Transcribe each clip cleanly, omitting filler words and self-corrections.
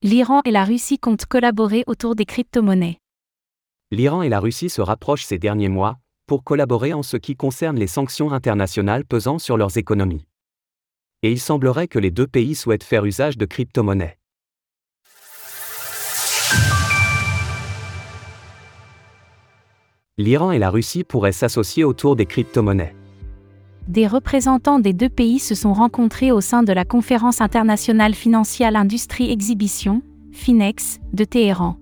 L'Iran et la Russie comptent collaborer autour des crypto-monnaies. L'Iran et la Russie se rapprochent ces derniers mois, pour collaborer en ce qui concerne les sanctions internationales pesant sur leurs économies. Et il semblerait que les deux pays souhaitent faire usage de crypto-monnaies. L'Iran et la Russie pourraient s'associer autour des crypto-monnaies. Des représentants des deux pays se sont rencontrés au sein de la Conférence internationale Financial Industry Exhibition, FINEX, de Téhéran.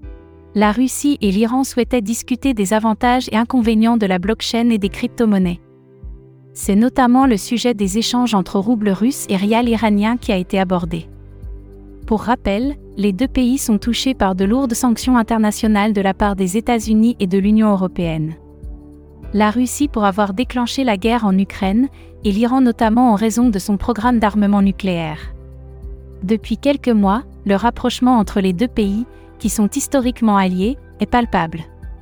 La Russie et l'Iran souhaitaient discuter des avantages et inconvénients de la blockchain et des crypto-monnaies. C'est notamment le sujet des échanges entre rouble russe et rial iranien qui a été abordé. Pour rappel, les deux pays sont touchés par de lourdes sanctions internationales de la part des États-Unis et de l'Union européenne. La Russie pour avoir déclenché la guerre en Ukraine, et l'Iran notamment en raison de son programme d'armement nucléaire. Depuis quelques mois, le rapprochement entre les deux pays, qui sont historiquement alliés, est palpable.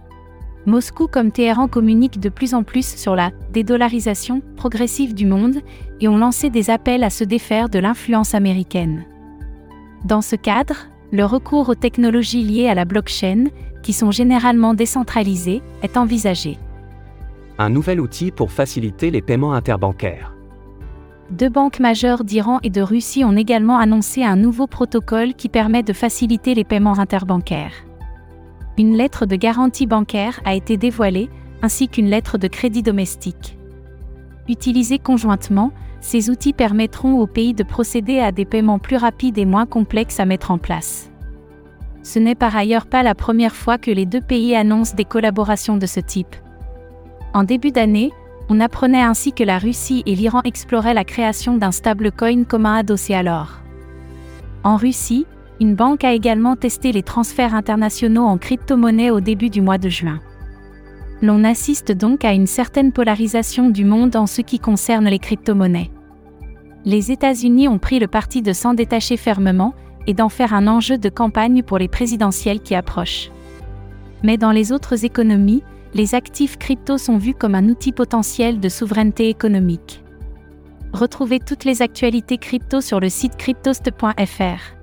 Moscou comme Téhéran communiquent de plus en plus sur la dédollarisation progressive du monde et ont lancé des appels à se défaire de l'influence américaine. Dans ce cadre, le recours aux technologies liées à la blockchain, qui sont généralement décentralisées, est envisagé. Un nouvel outil pour faciliter les paiements interbancaires. Deux banques majeures d'Iran et de Russie ont également annoncé un nouveau protocole qui permet de faciliter les paiements interbancaires. Une lettre de garantie bancaire a été dévoilée, ainsi qu'une lettre de crédit domestique. Utilisés conjointement, ces outils permettront aux pays de procéder à des paiements plus rapides et moins complexes à mettre en place. Ce n'est par ailleurs pas la première fois que les deux pays annoncent des collaborations de ce type. En début d'année, on apprenait ainsi que la Russie et l'Iran exploraient la création d'un stablecoin commun adossé à l'or. En Russie, une banque a également testé les transferts internationaux en crypto-monnaie au début du mois de juin. L'on assiste donc à une certaine polarisation du monde en ce qui concerne les crypto-monnaies. Les États-Unis ont pris le parti de s'en détacher fermement et d'en faire un enjeu de campagne pour les présidentielles qui approchent. Mais dans les autres économies, les actifs crypto sont vus comme un outil potentiel de souveraineté économique. Retrouvez toutes les actualités crypto sur le site cryptost.fr.